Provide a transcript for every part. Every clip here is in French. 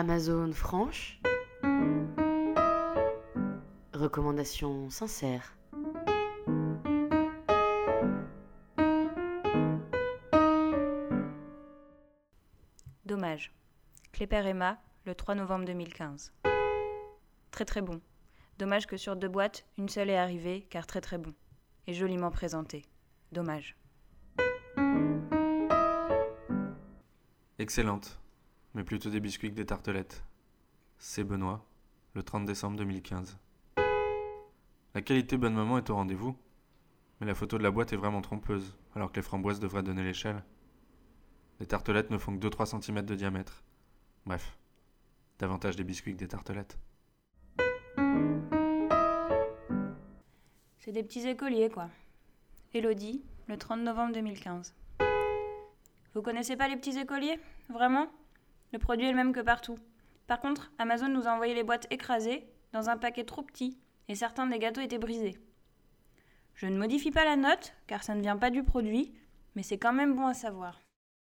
Amazon franche. Recommandation sincère. Dommage. Kléper Emma, le 3 novembre 2015. Très très bon. Dommage que sur 2 boîtes, une seule est arrivée, car très très bon. Et joliment présenté. Dommage. Excellente, mais plutôt des biscuits que des tartelettes. C'est Benoît, le 30 décembre 2015. La qualité bonne maman est au rendez-vous, mais la photo de la boîte est vraiment trompeuse, alors que les framboises devraient donner l'échelle. Les tartelettes ne font que 2-3 cm de diamètre. Bref, davantage des biscuits que des tartelettes. C'est des petits écoliers, quoi. Élodie, le 30 novembre 2015. Vous connaissez pas les petits écoliers ? Vraiment ? Le produit est le même que partout. Par contre, Amazon nous a envoyé les boîtes écrasées, dans un paquet trop petit, et certains des gâteaux étaient brisés. Je ne modifie pas la note, car ça ne vient pas du produit, mais c'est quand même bon à savoir.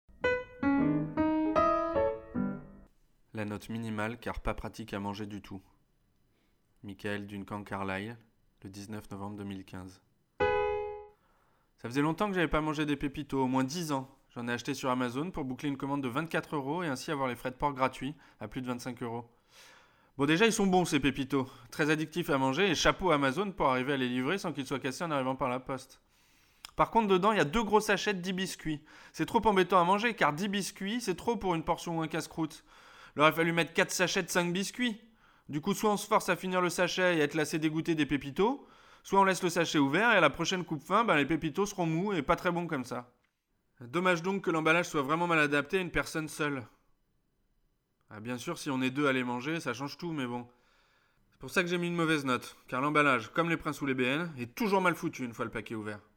La note minimale car pas pratique à manger du tout. Michael Duncan-Carlyle, le 19 novembre 2015. Ça faisait longtemps que j'avais pas mangé des pépitos, au moins 10 ans. J'en ai acheté sur Amazon pour boucler une commande de 24 € et ainsi avoir les frais de port gratuits à plus de 25 €. Bon, déjà, ils sont bons ces pépitos. Très addictifs à manger et chapeau à Amazon pour arriver à les livrer sans qu'ils soient cassés en arrivant par la poste. Par contre, dedans, il y a 2 gros sachets de 10 biscuits. C'est trop embêtant à manger car 10 biscuits, c'est trop pour une portion ou un casse-croûte. Il aurait fallu mettre 4 sachets de 5 biscuits. Du coup, soit on se force à finir le sachet et être lassé dégoûté des pépitos, soit on laisse le sachet ouvert et à la prochaine coupe-faim, les pépitos seront mous et pas très bons comme ça. Dommage donc que l'emballage soit vraiment mal adapté à une personne seule. Ah, bien sûr, si on est 2 à les manger, ça change tout, mais bon. C'est pour ça que j'ai mis une mauvaise note, car l'emballage, comme les princes ou les BN, est toujours mal foutu une fois le paquet ouvert.